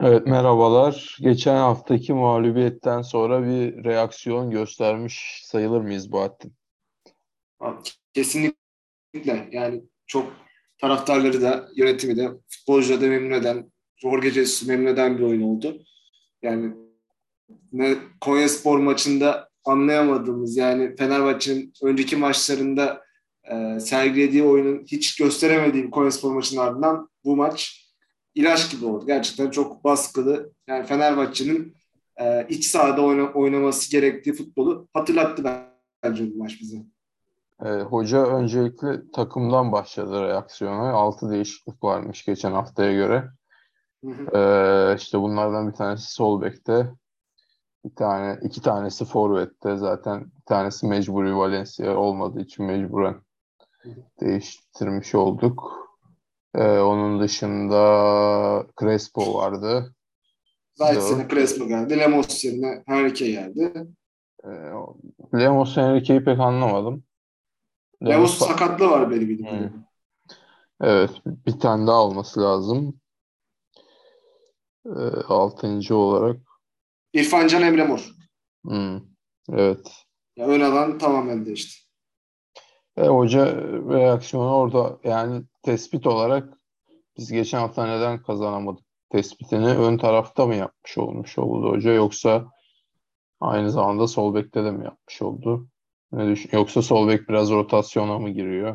Evet, merhabalar. Geçen haftaki mağlubiyetten sonra bir reaksiyon göstermiş sayılır mıyız Bahattin? Abi, kesinlikle yani çok taraftarları da yönetimi de futbolcuları da memnun eden, Jorge Jesus'u memnun eden bir oyun oldu. Yani Konyaspor maçında anlayamadığımız yani Fenerbahçe'nin önceki maçlarında sergilediği oyunun hiç gösteremediği bir Konyaspor maçının ardından bu maç ilaç gibi oldu. Gerçekten çok baskılı. Yani Fenerbahçe'nin iç sahada oynaması gerektiği futbolu hatırlattı bence bu maç bize. Hoca öncelikle takımdan başladı reaksiyona. 6 değişiklik varmış geçen haftaya göre. Hı hı. İşte bunlardan bir tanesi sol bekte, iki tanesi forvette. Zaten bir tanesi mecburi Valencia olmadığı için mecburen değiştirmiş olduk. Onun dışında Crespo vardı. Zayt'sene 4. Crespo geldi. Lemos yerine Henrique geldi. Lemos Enrique'yi pek anlamadım. Lemos Lemos sakatlığı var benim bildiğim Hmm. kadarıyla. Evet, bir tane daha olması lazım. Altıncı olarak. İrfan Can Emre Mor. Hmm. Evet. Ya ön alan tamamen değişti. Hoca reaksiyonu orada yani tespit olarak biz geçen hafta neden kazanamadık tespitini ön tarafta mı yapmış olmuş oldu hoca yoksa aynı zamanda sol bekte de mi yapmış oldu? Yoksa sol bek biraz rotasyona mı giriyor?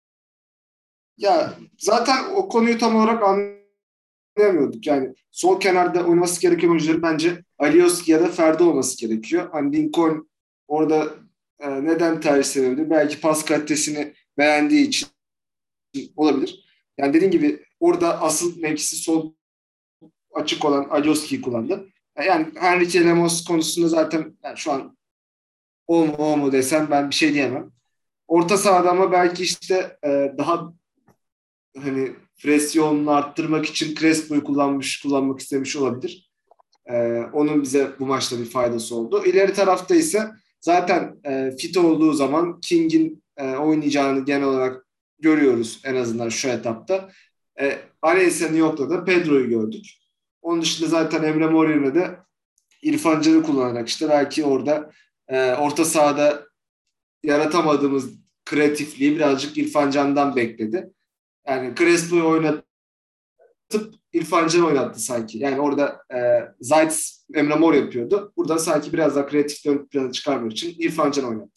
Ya zaten o konuyu tam olarak anlayamıyorduk. Yani sol kenarda oynaması gereken oyuncuların bence Alioski ya da Ferdi olması gerekiyor. Hani Lincoln orada neden tercih edebilir? Belki pas kalitesini beğendiği için olabilir. Yani dediğim gibi orada asıl mevkisi sol açık olan Alioski'yi kullandı. Yani Henrique Lemos konusunda zaten yani şu an o mu desem ben bir şey diyemem. Orta sahada ama belki işte daha hani presyonunu arttırmak için Crespo'yu kullanmak istemiş olabilir. Onun bize bu maçta bir faydası oldu. İleri tarafta ise zaten fit olduğu zaman King'in oynayacağını genel olarak görüyoruz en azından şu etapta. Valencia'nın yokta da Pedro'yu gördük. Onun dışında zaten Emre Mor yerine de İrfan Can'ı kullanarak işte belki orada orta sahada yaratamadığımız kreatifliği birazcık İrfan Can'dan bekledi. Yani Crespo'yu oynatıp İrfan Can oynattı sanki. Yani orada Zayt Emre Mor yapıyordu. Burada sanki biraz daha kreatif ön plana çıkarmak için İrfan Can oynattı.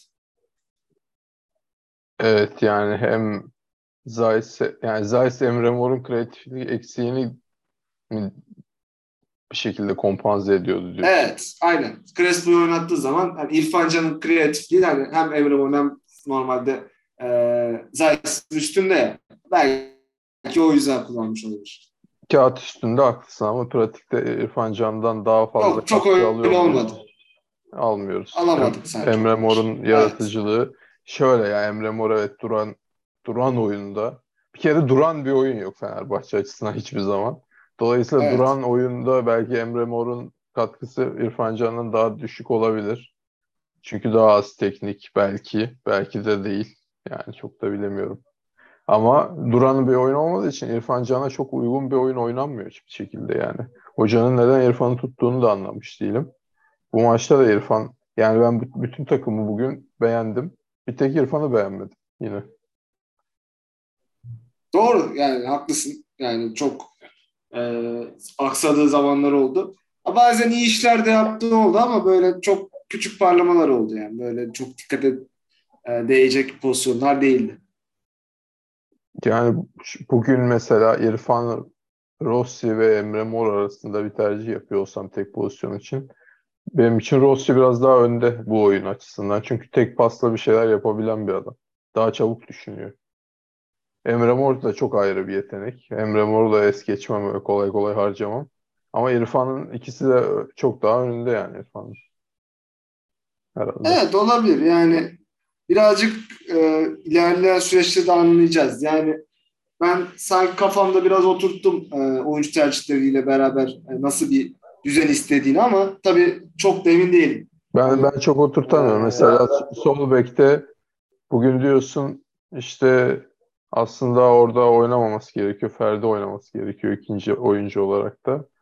Evet yani hem Zayt Emre Mor'un kreatiflik eksiğini mi bir şekilde kompanze ediyordu diyorsun. Evet, aynen. Crespo'yu oynattığı zaman hani İrfan Can'ın kreatifliği hani hem Emre Mor hem normalde Zayt'ın üstünde ya. Belki o yüzden kullanmış olabilir. Kağıt üstünde haklısın ama pratikte İrfan Can'dan daha fazla Yok çok katkı alıyor öyle olmadı. muyuz? Almıyoruz. Alamadık sanki o Emre kadar. Mor'un Evet, yaratıcılığı şöyle ya Emre Mor evet duran oyunda bir kere duran bir oyun yok Fenerbahçe açısından hiçbir zaman. Dolayısıyla evet, duran oyunda belki Emre Mor'un katkısı İrfan Can'ın daha düşük olabilir. Çünkü daha az teknik belki de değil. Yani çok da bilemiyorum. Ama duran bir oyun olmadığı için İrfan Can'a çok uygun bir oyun oynanmıyor hiçbir şekilde yani. Hocanın neden İrfan'ı tuttuğunu da anlamış değilim. Bu maçta da İrfan, yani ben bütün takımı bugün beğendim. Bir tek İrfan'ı beğenmedim yine. doğru yani haklısın. Yani çok e, aksadığı zamanlar oldu. Bazen iyi işler de yaptığı oldu ama böyle çok küçük parlamalar oldu yani. Böyle çok değecek pozisyonlar değildi. Yani bugün mesela İrfan, Rossi ve Emre Mor arasında bir tercih yapıyor olsam tek pozisyon için. Benim için Rossi biraz daha önde bu oyun açısından. Çünkü tek pasla bir şeyler yapabilen bir adam. Daha çabuk düşünüyor. Emre Mor da çok ayrı bir yetenek. Emre Mor'u da es geçmem, öyle kolay kolay harcamam. Ama İrfan'ın ikisi de çok daha önünde yani İrfan'ın herhalde. Evet olabilir yani birazcık ilerleyen süreçte de anlayacağız. Yani ben sanki kafamda biraz oturttum oyuncu tercihleriyle beraber nasıl bir düzen istediğini ama tabii çok da emin değilim. Hani Ben çok e, oturtamıyorum. Mesela sol bekte bugün diyorsun işte aslında orada oynamaması gerekiyor. Ferdi oynaması gerekiyor ikinci oyuncu olarak da.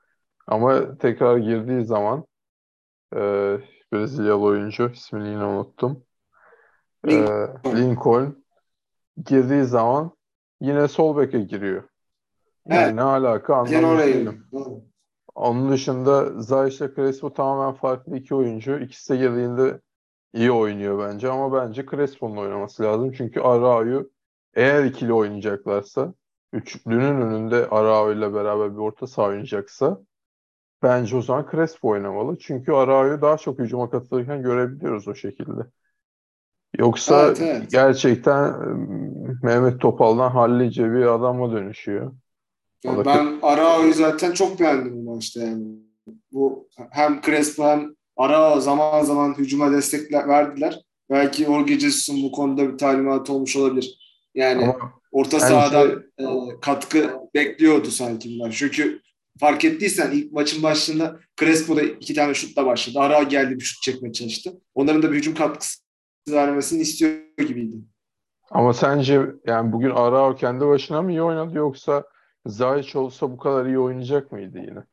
Ama tekrar girdiği zaman e, Brezilyalı oyuncu, ismini yine unuttum. E, Lincoln. Lincoln girdiği zaman yine sol beke giriyor. Evet. Yani ne alaka Gene anlamış oraya değilim. gidiyor. Doğru. Onun dışında Zayt ile Crespo tamamen farklı iki oyuncu. İkisi de girdiğinde iyi oynuyor bence ama bence Crespo'nun oynaması lazım. Çünkü Arao'yu eğer ikili oynayacaklarsa, üçlünün önünde Arao ile beraber bir orta saha oynayacaksa bence o zaman Crespo oynamalı. Çünkü Arao'yu daha çok hücuma katılırken görebiliyoruz o şekilde. Yoksa Evet, evet. gerçekten Mehmet Topal'dan hallice bir adama dönüşüyor. O Yani da ben Arao'yu zaten çok beğendim bu maçta yani. Bu hem Crespo hem Arao zaman zaman hücuma destekler verdiler. Belki Jorge Jesus'un bu konuda bir talimatı olmuş olabilir. Yani ama orta bence sahadan katkı bekliyordu sanki bunlar. Çünkü fark ettiysen ilk maçın başında Crespo da iki tane şutla başladı. Arao geldi bir şut çekmeye çalıştı. Onların da bir hücum katkısı vermesini istiyor gibiydi. sence yani bugün Arao kendi başına mı iyi oynadı yoksa Zayç olsa bu kadar iyi oynayacak mıydı yine?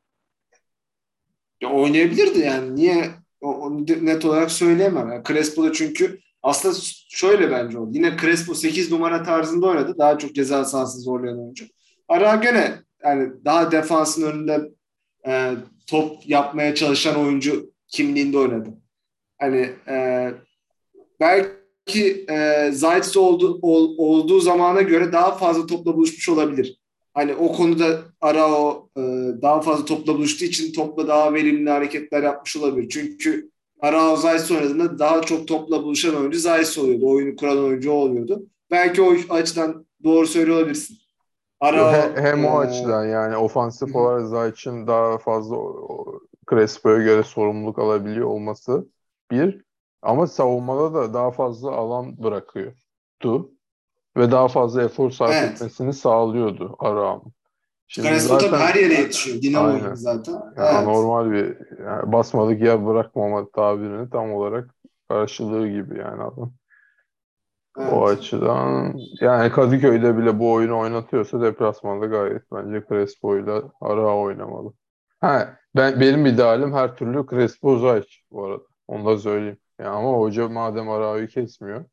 Ya oynayabilirdi yani. Niye onu net olarak söyleyemem. Yani Crespo da çünkü aslında şöyle bence oldu. Yine Crespo 8 numara tarzında oynadı. Daha çok ceza sahası zorlayan oyuncu. Ara gene yani daha defansın önünde e, top yapmaya çalışan oyuncu kimliğinde oynadı. Hani belki Zayt'si olduğu zamana göre daha fazla topla buluşmuş olabilir. Hani o konuda Arao daha fazla topla buluştuğu için topla daha verimli hareketler yapmış olabilir. Çünkü Arao Zayt oynadığında daha çok topla buluşan oyuncu Zayt oluyordu. Oyunu kuran oyuncu o oluyordu. Belki o açıdan doğru söylüyor olabilirsin. Arao Hem o açıdan yani ofansif olarak Zayç'ın daha fazla Crespo'ya göre sorumluluk alabiliyor olması bir. Ama savunmada da daha fazla alan bırakıyordu. Ve daha fazla efor sarf evet. etmesini sağlıyordu Arao'nun. Şimdi Crespo tabii zaten her yere yetişiyor. Dinamo gibi aynen. zaten. Yani Evet. anormal bir yani basmadık yer bırakmama tabirini tam olarak karşılığı gibi yani adam. O Evet. açıdan yani Kadıköy'de bile bu oyunu oynatıyorsa deplasmanda gayet bence Crespo ile Arao oynamalı. Benim idealim her türlü Crespo Zayç bu arada. Onu da söyleyeyim. Ya ama hoca madem Arao'yu kesmiyor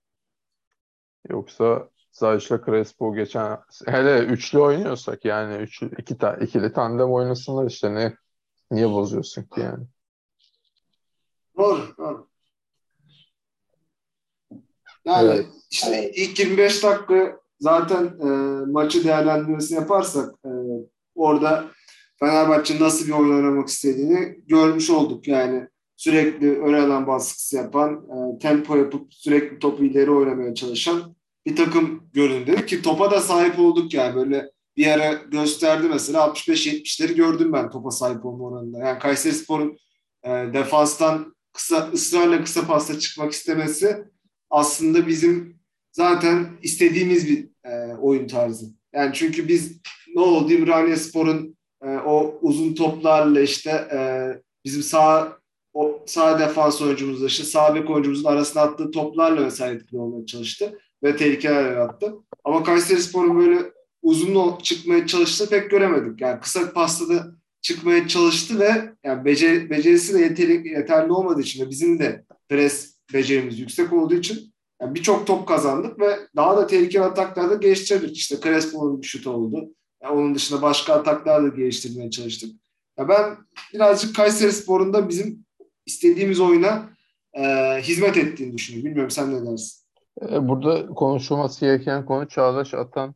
yoksa Zayç'la Crespo geçen hele üçlü oynuyorsak yani ikili tandem oynasınlar işte niye bozuyorsun ki yani? Doğru. Doğru. Yani Evet. işte ilk 25 dakika zaten maçı değerlendirmesini yaparsak orada Fenerbahçe nasıl bir oyun oynamak istediğini görmüş olduk. Yani sürekli ön alan baskısı yapan, tempo yapıp sürekli topu ileri oynamaya çalışan bir takım göründü ki topa da sahip olduk yani böyle bir ara gösterdi mesela 65-70'leri gördüm ben topa sahip olma oranında. Yani Kayserispor'un defanstan ısrarla kısa pasla çıkmak istemesi aslında bizim zaten istediğimiz bir oyun tarzı. Yani çünkü biz ne oldu İmraniyespor'un o uzun toplarla işte bizim sağ defans oyuncumuzla işte sağ bek oyuncumuzun arasına attığı toplarla vesaire etkili olmaya çalıştı ve tehlikeler yarattı. Ama Kayserispor'un böyle uzun çıkmaya çalıştığını pek göremedik. Yani kısa pasla da çıkmaya çalıştı ve yani becerisi de yeterli olmadığı için ve bizim de pres becerimiz yüksek olduğu için yani birçok top kazandık ve daha da tehlikeli ataklarda geliştirdik. İşte Crespo'nun bir şut oldu. Yani onun dışında başka ataklar da geliştirmeye çalıştık. Ya ben birazcık Kayserispor'un da bizim istediğimiz oyuna hizmet ettiğini düşünüyorum. Bilmiyorum sen ne dersin? Burada konuşulması gereken konu Çağdaş Atan.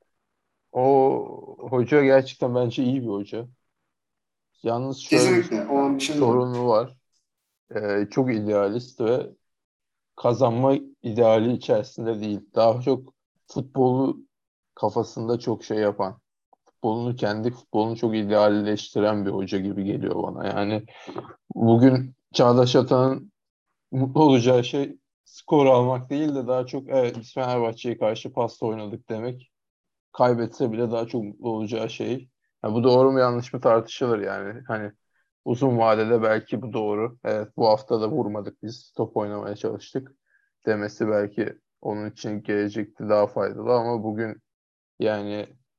O hoca gerçekten bence iyi bir hoca. Yalnız şöyle bir Kesinlikle. O bir şey yok. sorunu var. Çok idealist ve kazanma ideali içerisinde değil. Daha çok futbolu kafasında çok şey yapan, kendi futbolunu çok idealleştiren bir hoca gibi geliyor bana. Yani bugün Çağdaş Atan'ın mutlu olacağı şey skor almak değil de daha çok evet biz Fenerbahçe'ye karşı pasta oynadık demek. Kaybetse bile daha çok mutlu olacağı şey. Ha, bu doğru mu yanlış mı tartışılır yani. Hani uzun vadede belki bu doğru. Evet bu hafta da vurmadık biz. Top oynamaya çalıştık demesi belki onun için gelecekte daha faydalı ama bugün yani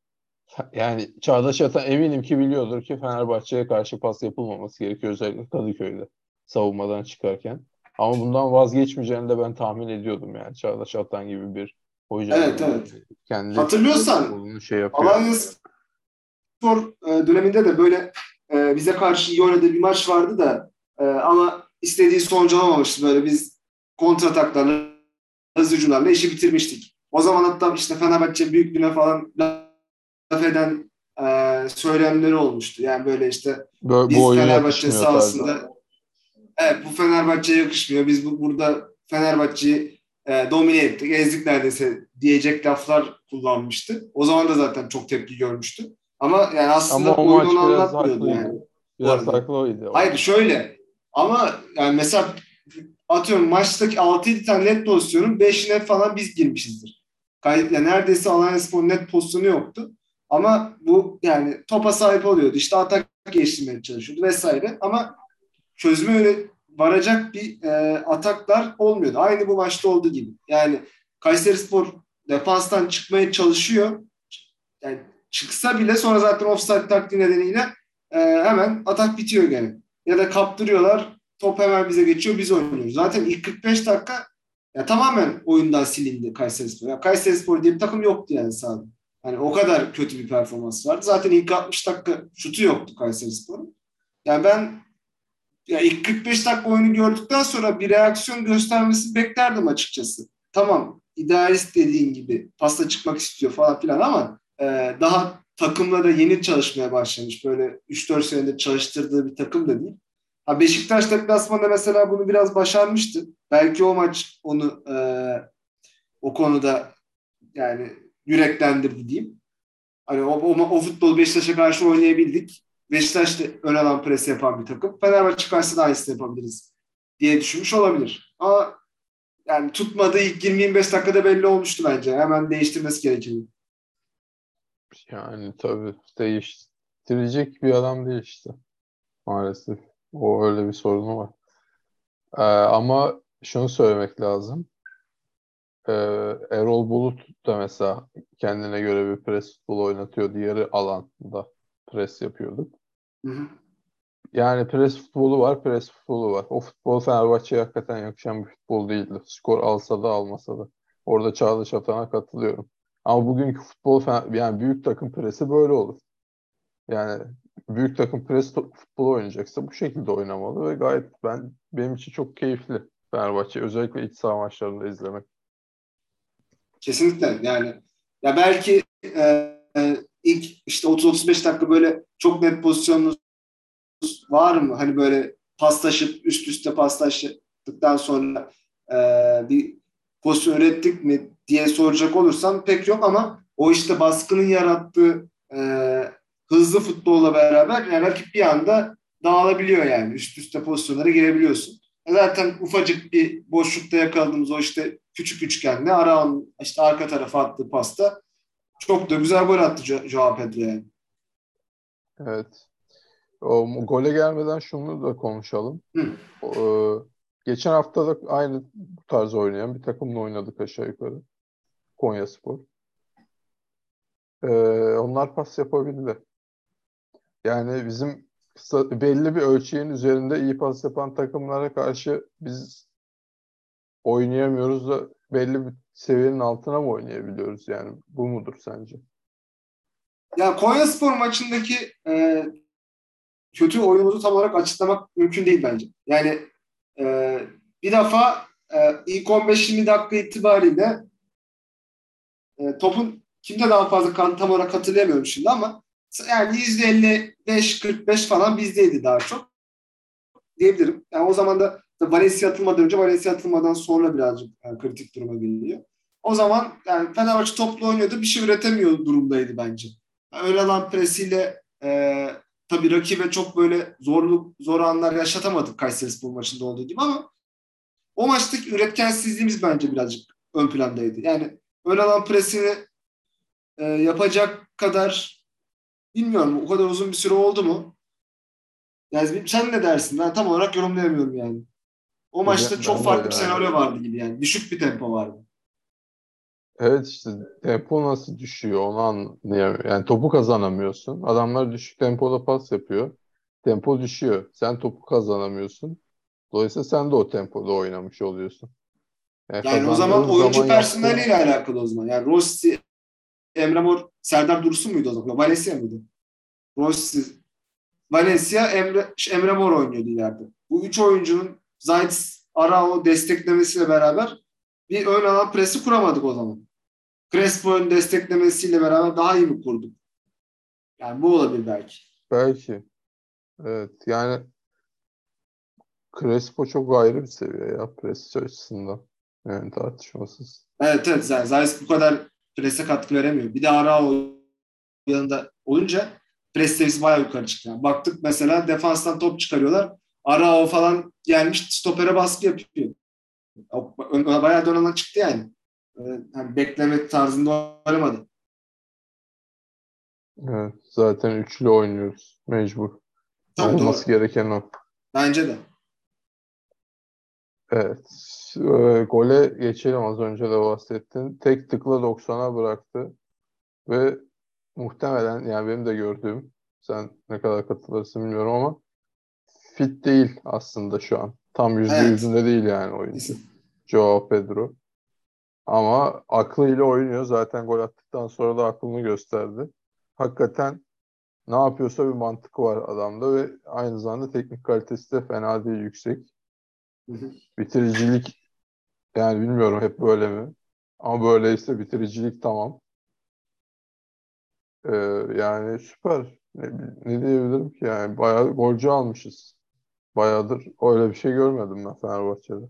Yani Çağdaş Atan eminim ki biliyordur ki Fenerbahçe'ye karşı pas yapılmaması gerekiyor özellikle Kadıköy'de savunmadan çıkarken. Ama bundan vazgeçmeyeceğini de ben tahmin ediyordum yani Çağdaş Atan gibi bir Evet, hocanın evet. kendi Hatırlıyorsan futbolunu şey yapıyor. Alanyaspor döneminde de böyle bize karşı iyi oynadığı bir maç vardı da ama istediği sonucu alamamıştı. Böyle biz kontrataklarla, hızlı hücumlarla işi bitirmiştik. O zaman hatta işte Fenerbahçe büyüklüğüne falan laf eden söylemleri olmuştu. Yani böyle işte Bu biz oyun Fenerbahçe yakışmıyor tarzı. sahasında evet bu Fenerbahçe'ye yakışmıyor. Biz burada Fenerbahçe'yi domine ettik, ezdik neredeyse diyecek laflar kullanmıştı. O zaman da zaten çok tepki görmüştü. Ama yani Ama aslında o oyun onu maç biraz anlatmıyordu yani haklıydı. bu Biraz arada. haklıydı o Hayır maç. şöyle ama yani mesela atıyorum maçtaki 6-7 tane net pozisyonun 5'ine falan biz girmişizdir. Yani neredeyse Alanyaspor net pozisyonu yoktu. Ama bu yani topa sahip oluyordu. İşte atak geliştirmeye çalışıyordu vesaire. Ama çözüme varacak bir ataklar olmuyordu. Aynı bu maçta olduğu gibi. Yani Kayserispor defanstan çıkmaya çalışıyor. Yani çıksa bile sonra zaten offside taktiği nedeniyle hemen atak bitiyor gene. Ya da kaptırıyorlar. Top hemen bize geçiyor. Biz oynuyoruz. Zaten ilk 45 dakika ya tamamen oyundan silindi Kayserispor. Ya Kayserispor diye bir takım yoktu yani sahada. Hani o kadar kötü bir performans vardı. Zaten ilk 60 dakika şutu yoktu Kayserispor'un. Yani ben ya ilk 45 dakika oyunu gördükten sonra bir reaksiyon göstermesi beklerdim açıkçası. Tamam, idealist dediğin gibi pasta çıkmak istiyor falan filan ama daha takımla da yeni çalışmaya başlamış. Böyle 3-4 senedir çalıştırdığı bir takım da değil. Ha, Beşiktaş deplasmanında mesela bunu biraz başarmıştı. Belki o maç onu o konuda yani yüreklendirdi diyeyim. Hani o futbolu Beşiktaş'a karşı oynayabildik. Beşiktaş da ön alan pres yapan bir takım. Fenerbahçe karşısında aynısını yapabiliriz diye düşünmüş olabilir. Ama yani tutmadığı ilk 20-25 dakikada belli olmuştu bence. Hemen değiştirmesi gerekiyor. Yani tabii değiştirecek bir adam değil işte maalesef. O öyle bir sorunu var. Ama şunu söylemek lazım. Ee, Erol Bulut da mesela kendine göre bir pres futbolu oynatıyordu. Yarı alanda pres yapıyorduk. Hı hı. Yani pres futbolu var, pres futbolu var. O futbol Fenerbahçe'ye hakikaten yakışan bir futbol değildi. Skor alsa da almasa da. Orada Çağdaş Atan'a katılıyorum. Ama bugünkü futbol yani büyük takım presi böyle olur. Yani büyük takım futbolu oynayacaksa bu şekilde oynamalı ve gayet benim için çok keyifli Fenerbahçe. Özellikle iç saha maçlarında izlemek. Kesinlikle yani. Ya belki ilk işte 30-35 dakika böyle çok net pozisyonunuz var mı? Hani böyle paslaşıp üst üste paslaştıktan sonra bir pozisyon ürettik mi diye soracak olursam pek yok ama o işte baskının yarattığı hızlı futbolla beraber yani rakip bir anda dağılabiliyor yani. Üst üste pozisyonlara girebiliyorsun. Zaten ufacık bir boşlukta yakaladığımız o işte küçük üçgenle işte arka tarafa attığı pasta çok da güzel gol attı Joao Pedro yani. Evet. O gole gelmeden şunu da konuşalım. Hı. Geçen hafta da aynı bu tarz oynayan bir takımla oynadık aşağı yukarı. Konyaspor. Ee, Onlar pas yapabildi. Yani bizim belli bir ölçeğin üzerinde iyi pas yapan takımlara karşı biz oynayamıyoruz da belli bir seviyenin altına mı oynayabiliyoruz yani? Bu mudur sence? Ya Konyaspor maçındaki kötü oyunumuzu tam olarak açıklamak mümkün değil bence. Yani e, bir defa ilk 15-20 dakika itibariyle topun kimde daha fazla kaldı tam olarak hatırlayamıyorum şimdi ama yani %55-45 falan bizdeydi daha çok diyebilirim. Yani o zaman da Valencia atılmadan önce Valencia atılmadan sonra birazcık kritik duruma geliyor. O zaman yani Fenerbahçe toplu oynuyordu. Bir şey üretemiyor durumdaydı bence. Yani öyle alan presiyle tabii rakibe çok böyle zor anlar yaşatamadık Kayserispor maçında olduğu gibi ama o maçtaki üretkensizliğimiz bence birazcık ön plandaydı. Yani öyle alan presini yapacak kadar bilmiyorum o kadar uzun bir süre oldu mu? Yani sen ne dersin? Ben tam olarak yorumlayamıyorum yani. O maçta çok Ben de farklı bir yani senaryo vardı gibi yani. Düşük bir tempo vardı. Evet işte tempo nasıl düşüyor onu anlayamıyorum. Yani topu kazanamıyorsun. Adamlar düşük tempoda pas yapıyor. Tempo düşüyor. Sen topu kazanamıyorsun. Dolayısıyla sen de o tempoda oynamış oluyorsun. Yani Yani o zaman kazandığın zaman oyuncu yaptığın personeliyle alakalı o zaman. Yani Rossi, Emre Mor, Serdar Dursun muydu o zaman? Valencia mıydı? Rossi, Valencia, Emre Mor oynuyordu ileride. Bu üç oyuncunun Zayt, Arao desteklemesiyle beraber bir ön alan presi kuramadık o zaman. Crespo'nun desteklemesiyle beraber daha iyi mi kurduk? Yani bu olabilir belki. belki. Evet yani Crespo çok ayrı bir seviye ya prestij açısından. Yani tartışmasız. Evet evet. Yani Zayt bu kadar prese katkı veremiyor. Bir de Arao yanında olunca pres seviyesi bayağı yukarı çıktı. Yani baktık mesela defanstan top çıkarıyorlar. Arao falan gelmiş stopere baskı yapıyor. Bayağı dönen çıktı yani. Yani bekleme tarzında oynamadı. Evet, zaten üçlü oynuyoruz mecbur. Tabii Olması doğru. gereken o. Bence de. Evet. Gole geçelim az önce de bahsettin. Tek tıkla 90'a bıraktı ve muhtemelen yani benim de gördüğüm sen ne kadar katılırsın bilmiyorum ama fit değil aslında şu an. Tam yüzde Evet. yüzünde değil yani oyuncu. Joao Pedro. Ama aklıyla oynuyor. Zaten gol attıktan sonra da aklını gösterdi. Hakikaten ne yapıyorsa bir mantık var adamda ve aynı zamanda teknik kalitesi de fena değil, yüksek. Bitiricilik yani bilmiyorum hep böyle mi? Ama böyleyse bitiricilik tamam. Ee, yani süper. Ne diyebilirim ki yani bayağı golcü almışız. Bayağıdır öyle bir şey görmedim ben Fenerbahçe'de.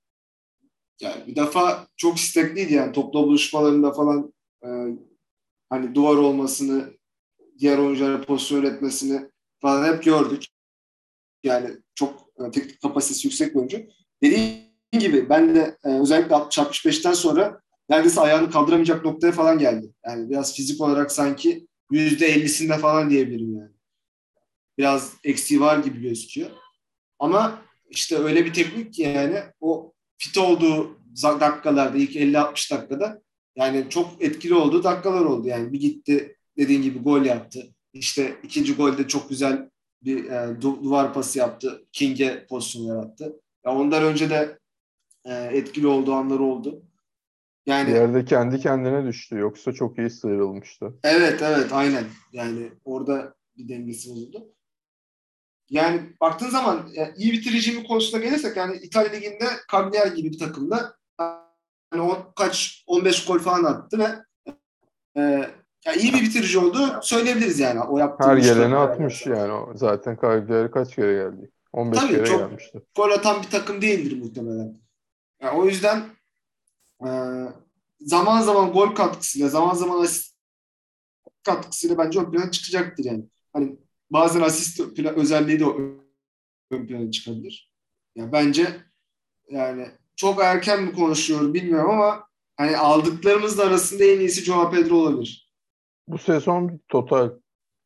Yani bir defa çok istekliydi yani topla buluşmalarında falan e, hani duvar olmasını, diğer oyunculara pozisyon üretmesini falan hep gördük. Yani çok teknik kapasitesi yüksek bir oyuncu. Dediğim gibi ben de özellikle 60-65'ten sonra neredeyse ayağını kaldıramayacak noktaya falan geldi. Yani biraz fizik olarak sanki %50'sinde falan diyebilirim yani. Biraz eksiği var gibi gözüküyor. Ama işte öyle bir teknik ki yani o fit olduğu dakikalarda ilk 50-60 dakikada yani çok etkili olduğu dakikalar oldu. Yani bir gitti dediğin gibi gol yaptı. İşte ikinci golde çok güzel bir duvar pası yaptı. King'e pozisyon yarattı. Ya ondan önce de etkili olduğu anları oldu. Bir Yani yerde kendi kendine düştü. Yoksa çok iyi sıyrılmıştı. evet evet aynen. Yani orada bir dengesi bozuldu. Yani baktığın zaman iyi bitirici mi konusuna gelirsek yani İtalya Ligi'nde Cagliari gibi bir takımda hani kaç 15 gol falan attı ve e, yani iyi bir bitirici oldu söyleyebiliriz yani o yaptığı Her geleni vuruşlarla beraber atmış zaten. yani. Zaten Cagliari kaç kere geldi? 15 Tabii kere çok gelmişti. gol atan bir takım değildir muhtemelen. Yani o yüzden e, zaman zaman gol katkısıyla zaman zaman asist katkısıyla bence ön plana çıkacaktır yani. Hani bazen asist özelliği de ön plana çıkabilir. Ya bence yani çok erken mi konuşuyorum bilmiyorum ama hani aldıklarımız arasında en iyisi Joao Pedro olabilir. Bu sezon total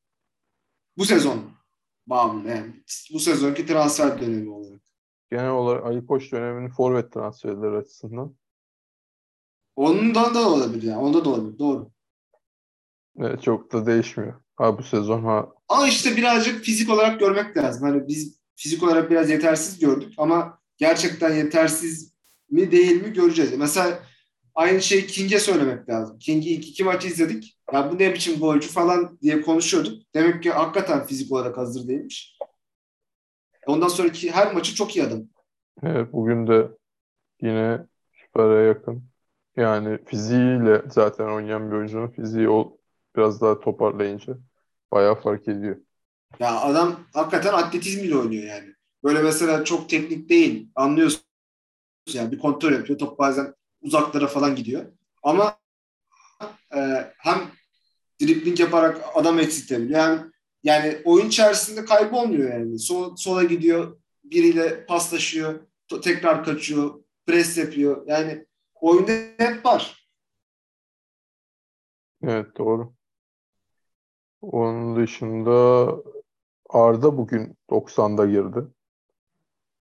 Bu sezon bağımlı yani. Bu sezonki transfer dönemi olarak. genel olarak Ali Koç döneminin forvet transferleri açısından Ondan da olabilir yani. Onda da olabilir. Doğru. çok da değişmiyor. Ha bu sezon ha Ama işte birazcık fizik olarak görmek lazım. Hani biz fizik olarak biraz yetersiz gördük ama gerçekten yetersiz mi değil mi göreceğiz. Mesela aynı şeyi King'e söylemek lazım. King'i ilk iki maçı izledik. Ya bu ne biçim golcü falan diye konuşuyorduk. Demek ki hakikaten fizik olarak hazır değilmiş. Ondan sonraki her maçı çok iyi adam. evet, bugün de yine süpere yakın. Yani fiziğiyle zaten oynayan bir oyuncunun fiziği biraz daha toparlayınca bayağı fark ediyor. Ya adam hakikaten atletizmiyle oynuyor yani. Böyle mesela çok teknik değil. Anlıyorsun yani bir kontrol yapıyor. Top bazen uzaklara falan gidiyor. Ama hem dribling yaparak adam eksiltebiliyor. Hem yani oyun içerisinde kaybolmuyor yani. Sola gidiyor, biriyle paslaşıyor, tekrar kaçıyor, pres yapıyor. Yani oyunda hep var. Evet doğru. Onun dışında Arda bugün 90'da girdi.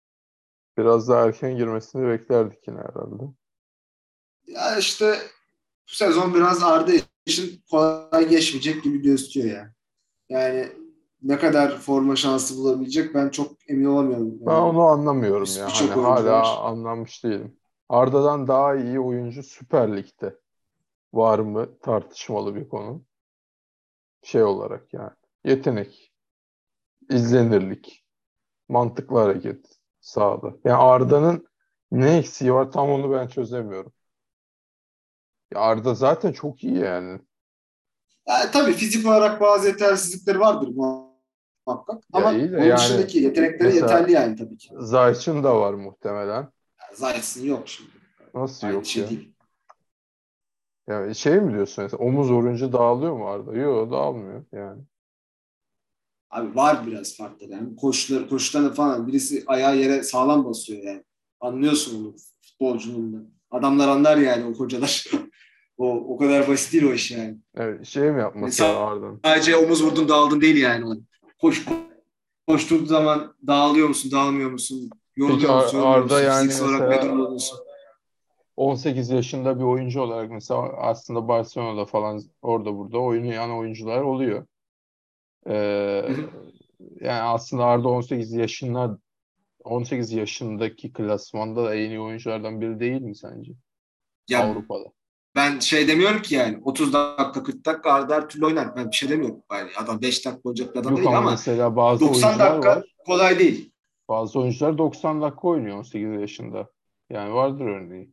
Biraz daha erken girmesini beklerdik yine herhalde. Ya işte bu sezon biraz Arda için kolay geçmeyecek gibi gözüküyor ya. Yani ne kadar forma şansı bulabilecek ben çok emin olamıyorum. Ben Yani onu anlamıyorum ya. Hani birçok oyuncu hala var. anlamış değilim. Arda'dan daha iyi oyuncu Süper Lig'de var mı? Tartışmalı bir konu. Şey olarak yani. Yetenek, izlenirlik, mantıklı hareket sahada. Yani Arda'nın ne eksiği var tam onu ben çözemiyorum. Ya Arda zaten çok iyi yani. Yani tabii fizik olarak bazı yetersizlikleri vardır muhakkak. Ya Ama iyi de onun yani dışındaki yetenekleri mesela yeterli yani tabii ki. Zayç'ın da var muhtemelen. Yani Zayt'sın yok şimdi. Nasıl Aynı yok şey ya? değil. Ya şey mi diyorsun mesela omuz vurunca dağılıyor mu Arda? Yok dağılmıyor yani. Abi var biraz farklı yani. Koşularında falan birisi ayağı yere sağlam basıyor yani. Anlıyorsun onu futbolcunun da. Adamlar anlar yani o hocalar. O kadar basit değil o iş yani. Evet, şey mi Yani yapması lazım Arda'nın? sadece omuz vurdun dağıldın değil yani o. Koş, koştuğun zaman dağılıyor musun, dağılmıyor musun? Peki Yoruluyor musun, yorulmuyor Arda musun? yani Fiziksel olarak ne mesela durumda oluyorsun? 18 yaşında bir oyuncu olarak mesela aslında Barcelona'da falan orada burada oynayan oyuncular oluyor. Hı Ee, hı. yani aslında Arda 18 yaşındaki klasmanda da en iyi oyunculardan biri değil mi sence? Ya Avrupa'da. ben şey demiyorum ki yani 30 dakika 40 dakika Arda her türlü oynar. Ben bir şey demiyorum. Yani adam 5 dakika olacak bir adam Yok değil ama ama mesela bazı 90 oyuncular dakika var. kolay değil. Bazı oyuncular 90 dakika oynuyor 18 yaşında. Yani vardır örneği.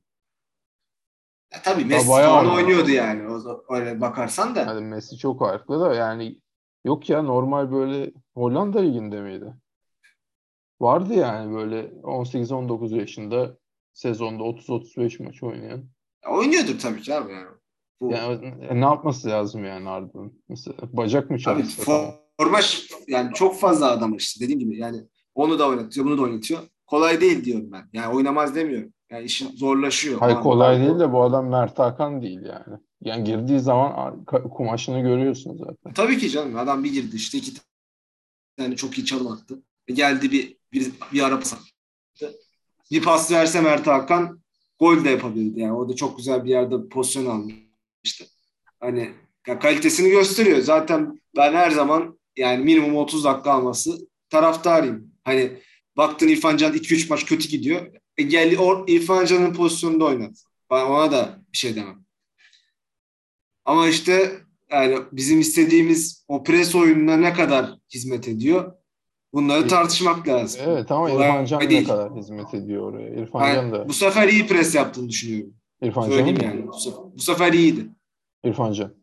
Ya tabii Daha Messi bayağı falan oynamış. oynuyordu yani. Öyle bakarsan da. Hani Messi çok farklı da yani yok ya normal böyle Hollanda liginde miydi? Vardı yani böyle 18-19 yaşında sezonda 30-35 maç oynayan. Ya oynuyordur tabii ki abi yani. Bu Yani ne yapması lazım yani Arda'nın? Mesela bacak mı abi çalışsa tamam. yani çok fazla adam var işte dediğim gibi yani onu da oynatıyor, bunu da oynatıyor. Kolay değil diyorum ben. Yani oynamaz demiyorum. Yani işin zorlaşıyor o Hay anda. kolay değil de bu adam Mert Hakan değil yani. Yani girdiği zaman kumaşını görüyorsun zaten. Tabii ki canım adam bir girdi işte iki tane çok iyi çalım attı. Geldi bir ara pas attı. Bir pas verse Mert Hakan gol de yapabilirdi. Yani o da çok güzel bir yerde pozisyon almıştı. Hani ya kalitesini gösteriyor. Zaten ben her zaman yani minimum 30 dakika alması taraftarıyım. Hani baktın İrfan Can 2-3 maç kötü gidiyor. Gel İrfan Can'ın pozisyonunda oynat. Ben ona da bir şey demem. Ama işte yani bizim istediğimiz o pres oyununa ne kadar hizmet ediyor? Bunları İ- tartışmak lazım. Evet ama Kolay İrfan Can ne değil. kadar hizmet ediyor oraya? İrfan Ben Can da bu sefer iyi pres yaptığını düşünüyorum. İrfan Can'ın Söyleyeyim mı? yani. Bu sefer iyiydi. İrfan Can.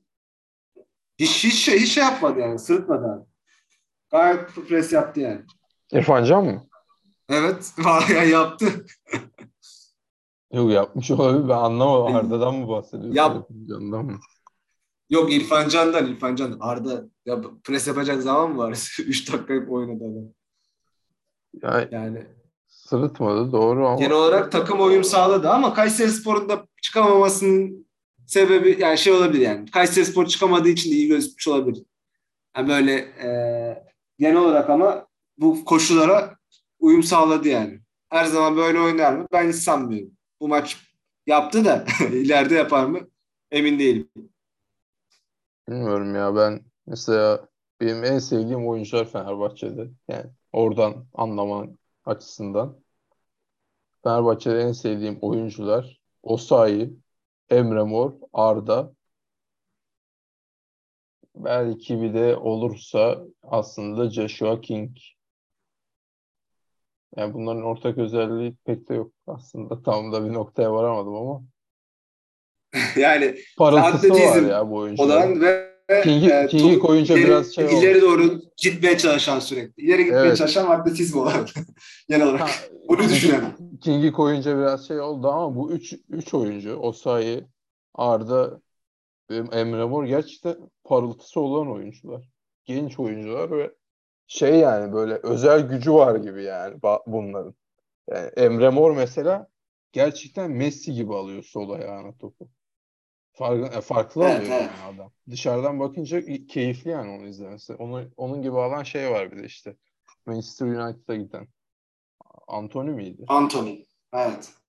Hiç şey yapmadı yani. Sırıtmadı abi. Gayet pres yaptı yani. İrfan Can mı? Evet. Bayağı yaptı. Yok yapmış olabilir. Ben anlamadım. Yani Arda'dan mı bahsediyorsun yap. İrfan Can'dan mı? Yok İrfan Can'dan İrfan Can'dan. Arda ya pres yapacak zaman mı var? 3 dakika hep oynadı adam. Yani Yani sırıtmadı doğru genel ama olarak takım uyum sağladı ama Kayserispor'un da çıkamamasının sebebi yani şey olabilir yani. Kayserispor çıkamadığı için de iyi gözükmüş olabilir. Yani böyle genel olarak ama bu koşulara uyum sağladı yani. Her zaman böyle oynar mı? Ben hiç sanmıyorum. Bu maç yaptı da ileride yapar mı? Emin değilim. bilmiyorum ya ben mesela benim en sevdiğim oyuncular Fenerbahçe'de. Yani oradan anlaman açısından. Fenerbahçe'de en sevdiğim oyuncular Osayi, Emre Mor, Arda. Belki bir de olursa aslında Joshua King. Yani bunların ortak özelliği pek de yok aslında. Tam da bir noktaya varamadım ama. Yani Parıltısı var atletizm ya bu oyuncuların. olan ve King'i topu koyunca biraz şey ileri olmuş. doğru gitmeye çalışan sürekli. İleri gitmeye Evet. çalışan atletizm olan genel olarak. Ha, Bunu düşünelim. King'i koyunca biraz şey oldu ama bu üç oyuncu Osayi, Arda, Emre Mor gerçekten parıltısı olan oyuncular. Genç oyuncular ve şey yani böyle özel gücü var gibi yani bunların. Yani Emre Mor mesela gerçekten Messi gibi alıyor sol ayağına topu. Farklı Evet, alıyor evet. yani adam. Dışarıdan bakınca keyifli yani onu izlemesi. Onun gibi alan şey var bir de işte. Manchester United'a giden. Anthony miydi? Anthony. Evet.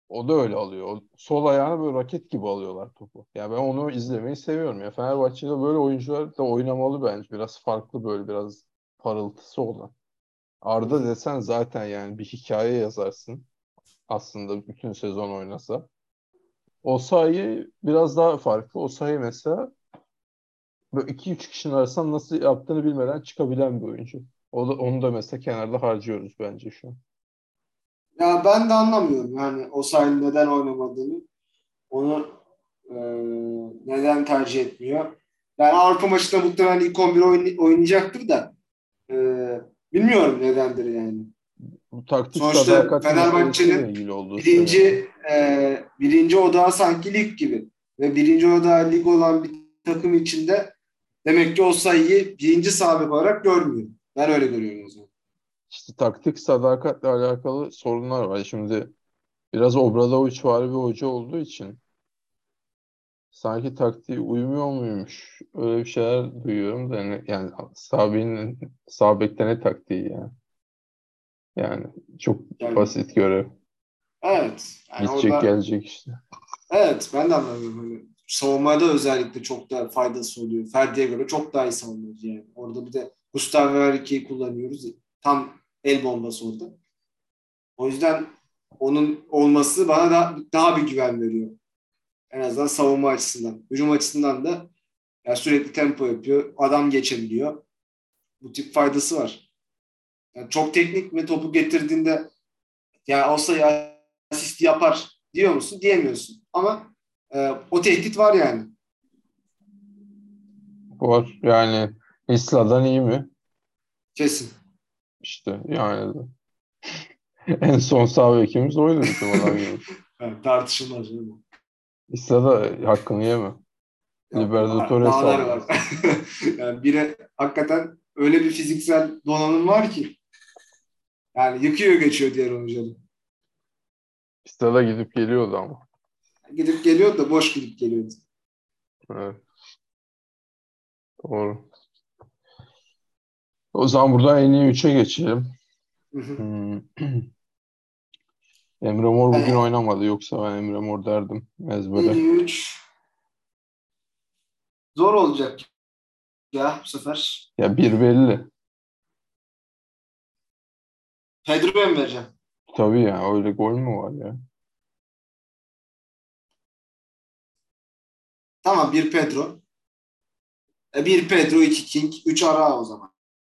O da öyle alıyor. Sol ayağını böyle raket gibi alıyorlar topu. Yani ben onu izlemeyi seviyorum. Ya Fenerbahçe'de böyle oyuncular da oynamalı bence. Biraz farklı böyle biraz parıltısı olan. Hı Arda hı. desen zaten yani bir hikaye yazarsın. Aslında bütün sezon oynasa. O sayı biraz daha farklı. O sayı mesela böyle iki üç kişinin arasından nasıl yaptığını bilmeden çıkabilen bir oyuncu. Onu da mesela kenarda harcıyoruz bence şu an. Ya ben de anlamıyorum yani Osayi'nin neden oynamadığını. Onu e, neden tercih etmiyor? Yani Avrupa maçında muhtemelen ilk 11 oynayacaktır da e, bilmiyorum nedendir yani. Bu taktik Sonuçta sadakat meselesiyle Fenerbahçe'nin ilgili olduğu söyleniyor. birinci odağı sanki lig gibi. Ve birinci odağı lig olan bir takım içinde demek ki o sayıyı birinci sabit olarak görmüyor. Ben öyle görüyorum o zaman. İşte taktik sadakatle alakalı sorunlar var. Şimdi biraz Obradoviç var bir hoca olduğu için sanki taktiği uymuyor muymuş? Öyle bir şeyler duyuyorum da yani sağ bekte ne taktiği yani. Yani çok Yani basit görev. evet. Yani Gidecek orada gelecek işte. evet ben de anlamıyorum. Hani, savunmada özellikle çok da faydası oluyor. Ferdi'ye göre çok daha iyi savunuyoruz yani. Orada bir de Gustavo Henrique'yi kullanıyoruz. Tam el bombası orada. O yüzden onun olması bana daha bir güven veriyor. En azından savunma açısından. Hücum açısından da yani sürekli tempo yapıyor. Adam geçebiliyor. Bu tip faydası var. Yani çok teknik mi topu getirdiğinde yani o sayı asist yapar diyor musun? Diyemiyorsun. Ama o tehdit var yani. Var. Yani İsla'dan iyi mi? Kesin. İşte yani en son sağ bekimiz oydu bizim adam gibi. Evet, tartışılmaz. Değil mi? İsla da hakkını yeme. Yok, Libertadores dağlar aldı var. mesela. Yani biri hakikaten öyle bir fiziksel donanım var ki yani yıkıyor geçiyor diğer oyuncuları. İsla da gidip geliyordu ama. Gidip geliyordu da boş gidip geliyordu. Evet, doğru. O zaman buradan en iyi 3'e geçelim. Hı hı. Hmm. Emre Mor bugün Yani oynamadı. Yoksa ben Emre Mor derdim en ezbere. iyi 3 zor olacak ya bu sefer. Ya bir belli. Pedro'ya mı vereceğim? Tabii ya öyle gol mü var ya? Tamam bir Pedro. Bir Pedro, iki King, üç Ara o zaman.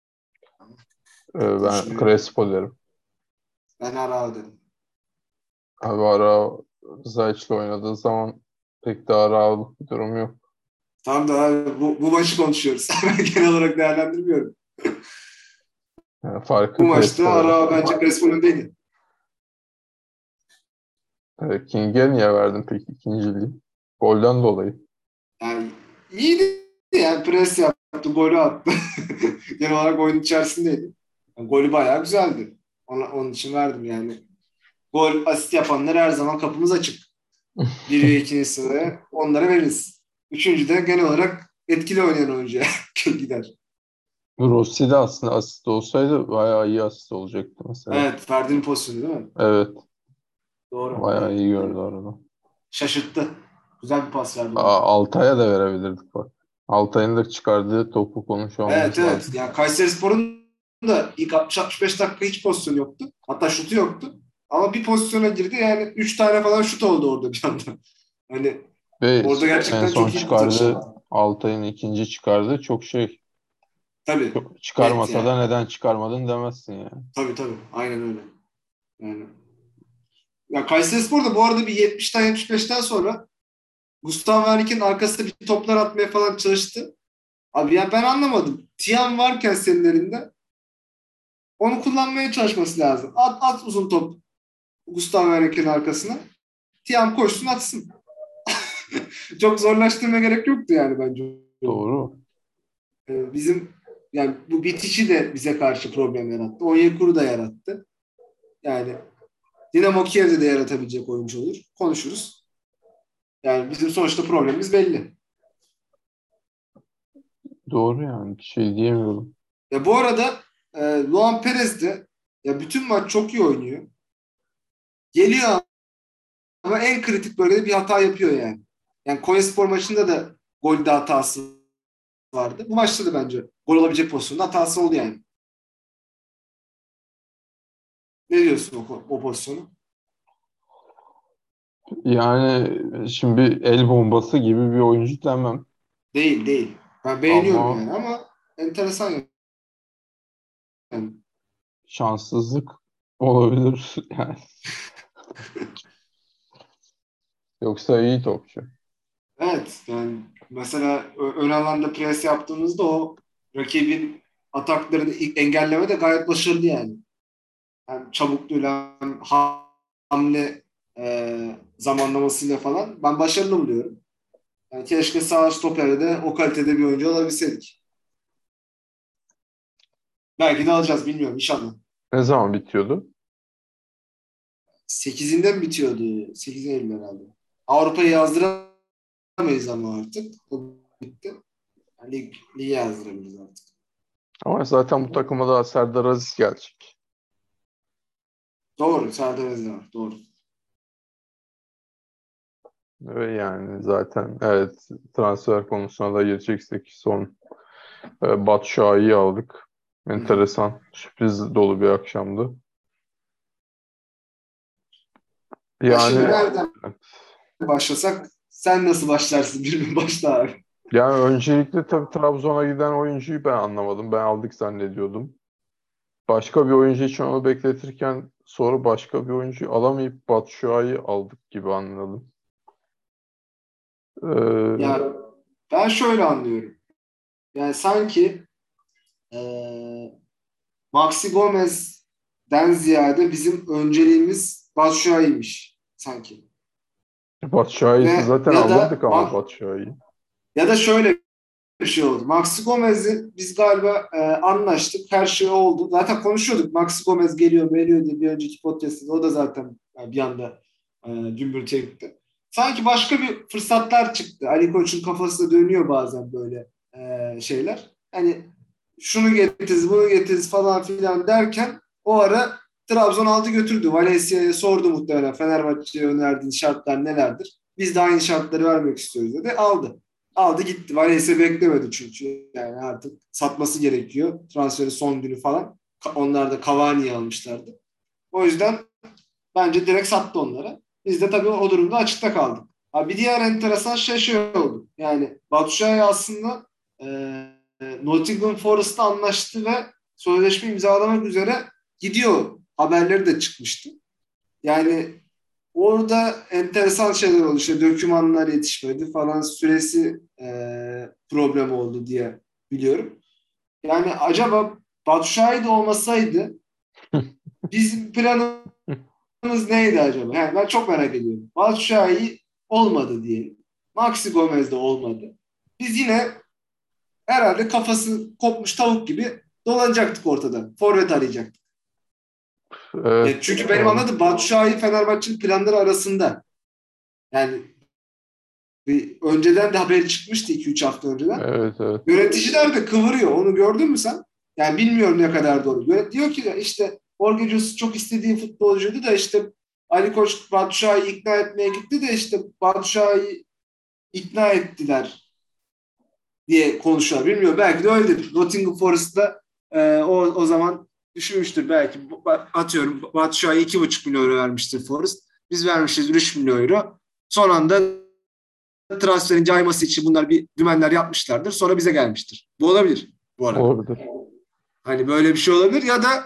Ben Düşünüyorum. Crespo derim. Ben Ara dedim. Abi ara Zayç'le oynadığı zaman pek de aralık bir durum yok. Tamam da abi, bu maçı konuşuyoruz. Ben genel olarak değerlendirmiyorum. Yani Bu farkı maçta Crespo derim. Ara bence Crespo'nun öndeydi. King'e niye verdin peki ikinciliği? Golden dolayı. Yani iyiydi. Yani pres yaptı, golü attı. Genel olarak oyun içerisindeydi. Yani golü bayağı güzeldi. Onun için verdim yani. Gol, asist yapanlar her zaman kapımız açık. Bir ve ikinci sıraya onlara veririz. Üçüncü de genel olarak etkili oynayan oyuncuya gider. Rossi de aslında asist olsaydı bayağı iyi asist olacaktı mesela. Evet, Ferdi'nin pozisyonu değil mi? Evet. Doğru. Bayağı Evet. iyi gördü Evet. arada. Şaşırttı. Güzel bir pas verdi orada. Altay'a da verebilirdik bak. Altay'ın da çıkardığı topu Evet konuşmamız evet. lazım. Yani Kayserispor'un da ilk 60-65 dakika hiç pozisyonu yoktu. Hatta şutu yoktu. Ama bir pozisyona girdi. Yani 3 tane falan şut oldu orada bir anda. Hani Ve orada en gerçekten son çok iyi kurtarış çıkardığı yaptı. Altay'ın ikinci çıkardığı çok şey. Tabii. Net Çıkarmasa da yani. neden çıkarmadın demezsin yani. Tabii tabii. Aynen öyle. Yani. Ya Kayserispor da bu arada bir 70'ten 75'ten sonra Gustav Henrique'nin arkasında bir toplar atmaya falan çalıştı. Abi ya ben anlamadım. Tiam varken senin elinde onu kullanmaya çalışması lazım. At uzun top Gustav Henrique'nin arkasına. Tiam koşsun atsın. Çok zorlaştırmaya gerek yoktu yani bence. Doğru. Bizim yani bu bitişi de bize karşı problem yarattı. Onyekuru da yarattı. Yani Dinamo Kiev'de de yaratabilecek oyuncu olur. Konuşuruz. Yani bizim sonuçta problemimiz belli. Doğru yani. Bir şey diyemiyorum. Ya bu arada Luan Perez de ya bütün maç çok iyi oynuyor. Geliyor ama en kritik bölgede bir hata yapıyor yani. Yani Konyaspor maçında da golde hatası vardı. Bu maçta da bence gol olabilecek pozisyonda hatası oldu yani. Ne diyorsun o pozisyonu? Yani şimdi el bombası gibi bir oyuncu demem Değil, değil. Ben beğeniyorum ama yani ama enteresan yani. şanssızlık olabilir yani. Yoksa iyi topçu. Evet yani mesela ön alanda pres yaptığımızda o rakibin ataklarını engelleme de gayet başarılı yani. Hem çabukluğuyla hem hamle zamanlamasıyla falan ben başarılı buluyorum. Yani keşke sağ stoperde de o kalitede bir oyuncu olabilseydik. Belki de alacağız bilmiyorum inşallah. Ne zaman bitiyordu? 8'inde mi bitiyordu? 8 Eylül herhalde. Avrupa'yı yazdıramayız ama artık. O bitti. Yani ligi yazdırabiliriz artık. Ama zaten bu takıma da Serdar Aziz gelecek. Doğru. Serdar Aziz var. Doğru. Ve yani zaten evet, transfer konusuna da gireceksek son Batu Şua'yı aldık. Hı hı. Enteresan, sürpriz dolu bir akşamdı. Ya şimdi Yani nereden başlasak sen nasıl başlarsın? Bir başla abi. yani öncelikle tabii Trabzon'a giden oyuncuyu ben anlamadım. Ben aldık zannediyordum. Başka bir oyuncu için onu bekletirken sonra başka bir oyuncuyu alamayıp Batshuayi'yi aldık gibi anladım. Ee, Ya ben şöyle anlıyorum. Yani sanki eee Maxi Gomez'den ziyade bizim önceliğimiz Batshuayi'ymiş sanki. Batshuayi'si Ve zaten alırdık ama Batshuayi'yi. ya da şöyle bir şey oldu. Maxi Gomez'i biz galiba anlaştık. Her şey oldu. Zaten konuşuyorduk. Maxi Gomez geliyor diye bir önceki podcast'ta. O da zaten bir anda gümbür çekti. Sanki başka bir fırsatlar çıktı. Ali Koç'un kafası dönüyor bazen böyle şeyler. Hani şunu getiririz, bunu getiririz falan filan derken o ara Trabzon aldı götürdü. Valencia'ya sordu muhtemelen Fenerbahçe'ye önerdiğin şartlar nelerdir? Biz de aynı şartları vermek istiyoruz dedi. Aldı. Aldı gitti. Valencia beklemedi çünkü. Yani artık satması gerekiyor. Transferi son günü falan. Onlar da Cavani'yi almışlardı. O yüzden bence direkt sattı onlara. Biz de tabii o durumda açıkta kaldık. Bir diğer enteresan şey oldu. Yani Batshuayi aslında Nottingham Forest'ta anlaştı ve sözleşme imzalamak üzere gidiyor. Haberleri de çıkmıştı. Yani orada enteresan şeyler oldu. İşte dokümanlar yetişmedi falan süresi problem oldu diye biliyorum. Yani acaba Batshuayi de olmasaydı bizim planımız neydi acaba? Yani ben çok merak ediyorum. Batshuayi olmadı diyelim. Maxi Gomez de olmadı. Biz yine herhalde kafası kopmuş tavuk gibi dolanacaktık ortada. Forvet arayacaktık. Evet, Çünkü benim doğru. anladığım Batshuayi Fenerbahçe'nin planları arasında. Yani önceden de haberi çıkmıştı 2-3 hafta önceden. Evet, evet. Yöneticiler de kıvırıyor. Onu gördün mü sen? Yani bilmiyorum ne kadar doğru. Diyor ki işte Jorge Jesus çok istediği futbolcuydu da işte Ali Koç Batshuayi'yi ikna etmeye gitti de işte Batshuayi'yi ikna ettiler diye konuşuyor. Bilmiyorum. Belki de öyledir. Nottingham Forest'ta o zaman düşünmüştür belki. Atıyorum Batshuayi'ye 2,5 milyon euro vermiştir Forest. Biz vermişiz 3 milyon euro. Son anda transferin cayması için bunlar bir dümenler yapmışlardır. Sonra bize gelmiştir. Bu olabilir bu arada. Olabilir. Hani böyle bir şey olabilir ya da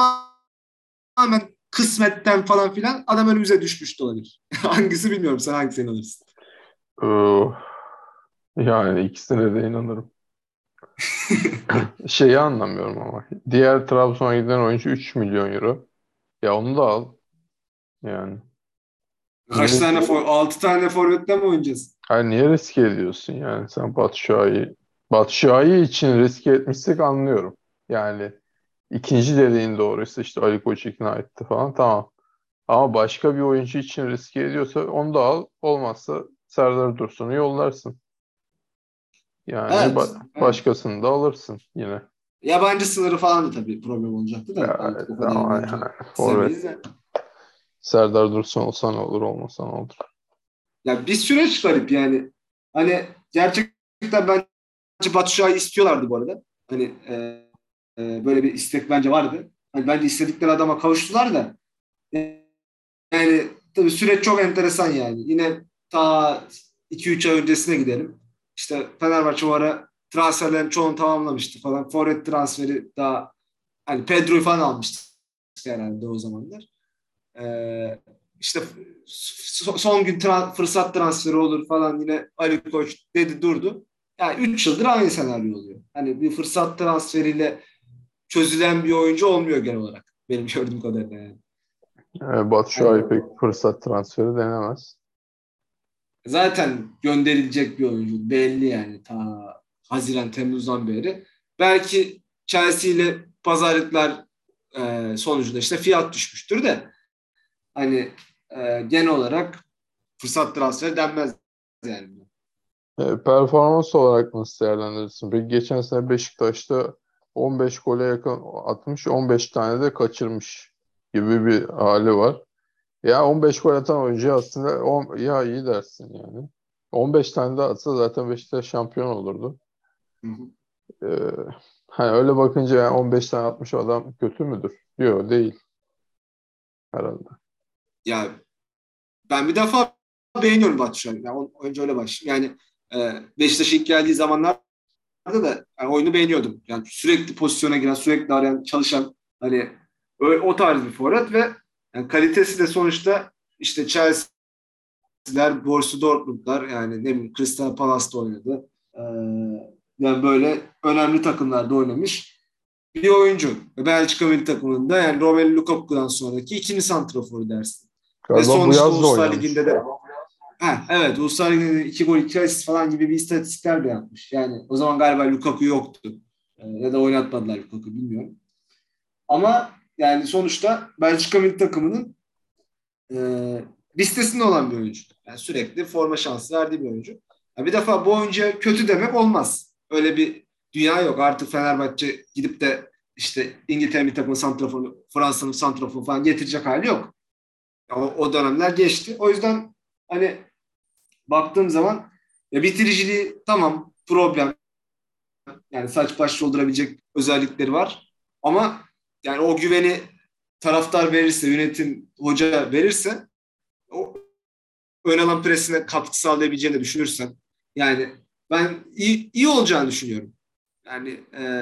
tamamen kısmetten falan filan adam önümüze düşmüş de olabilir. Hangisi bilmiyorum. Sen hangisini alırsın? Ee, Yani ikisine de inanırım. Şeyi anlamıyorum ama. Diğer Trabzon'a giden oyuncu 3 milyon euro. Ya onu da al. Yani Kaç niye, tane 6 tane forvetle mi oynayacağız? hayır, niye riske ediyorsun yani? Sen Batshuayi için riske etmişsek anlıyorum. Yani ikinci dediğin doğruysa işte Ali Koç ikna etti falan, tamam. Ama başka bir oyuncu için riske ediyorsa onu da al. Olmazsa Serdar Dursun'u yollarsın. Yani Evet. Evet. başkasını da alırsın yine. Yabancı sınırı falan da tabii problem olacaktı da Ya, artık o kadar ama yabancı yani forvet dizemeyiz de. Serdar Dursun olsa ne olur, olmasa ne olur. Ya bir süreç garip yani. Hani gerçekten bence Batu Şah'ı istiyorlardı bu arada. Hani böyle bir istek bence vardı. Hani bence istedikleri adama kavuştular da. Yani tabii süreç çok enteresan yani. Yine ta 2-3 ay öncesine gidelim. İşte Fenerbahçe o ara transferlerin çoğunu tamamlamıştı falan. Forvet transferi daha hani Pedro'yu falan almıştı herhalde o zamanlar. İşte son gün fırsat transferi olur falan yine Ali Koç dedi durdu. Yani 3 yıldır aynı senaryo oluyor. Hani bir fırsat transferiyle çözülen bir oyuncu olmuyor genel olarak. Benim gördüğüm kadarıyla yani. Batu Hani Şua'yı pek fırsat transferi denemez. zaten gönderilecek bir oyuncu belli yani ta Haziran Temmuz'dan beri. Belki Chelsea ile pazarlıklar sonucunda işte fiyat düşmüştür de hani genel olarak fırsat transferi denmez yani. Performans olarak nasıl değerlendirirsin? Peki geçen sene Beşiktaş'ta 15 gole yakın atmış, 15 tane de kaçırmış gibi bir hali var. Ya 15 gol atan oyuncu aslında ya iyi dersin yani. 15 tane de atsa zaten Beşiktaş şampiyon olurdu. Hı hı. Ee, Hani öyle bakınca yani 15 tane atmış adam kötü müdür? Yok, değil herhalde. Ya ben bir defa beğeniyorum Batu Şen'i. Yani önce öyle başlayayım. Yani Beşiktaş'a ilk geldiği zamanlarda da yani oyunu beğeniyordum. Yani sürekli pozisyona giren, sürekli arayan, çalışan hani o tarz bir forvet ve yani kalitesi de sonuçta işte Chelsea'ler, Borussia Dortmund'lar yani ne bileyim Crystal Palace'ta oynadı. Yani böyle önemli takımlarda oynamış bir oyuncu. Belçika milli takımında yani Romelu Lukaku'dan sonraki ikinci santraforu dersin. Ve Galiba bu sonuçta yaz da Uluslar oynamış. Ligi'nde de evet Uluslar Ligi'nde 2 gol 2 asist falan gibi bir istatistikler de yapmış. Yani o zaman galiba Lukaku yoktu. Ya da oynatmadılar Lukaku bilmiyorum. Ama yani sonuçta Belçika milli takımının e, listesinde olan bir oyuncu. Yani sürekli forma şansı verdiği bir oyuncu. Ya bir defa bu oyuncuya kötü demek olmaz. Öyle bir dünya yok. Artık Fenerbahçe gidip de işte İngiltere milli takımı santraforu, Fransa'nın santraforu falan getirecek hali yok. O dönemler geçti. O yüzden hani baktığım zaman ya bitiriciliği tamam problem. Yani saç baş yoldurabilecek özellikleri var. Ama yani o güveni taraftar verirse, yönetim, hoca verirse o ön alan presine katkı sağlayabileceğini düşünürsen yani ben iyi olacağını düşünüyorum. Yani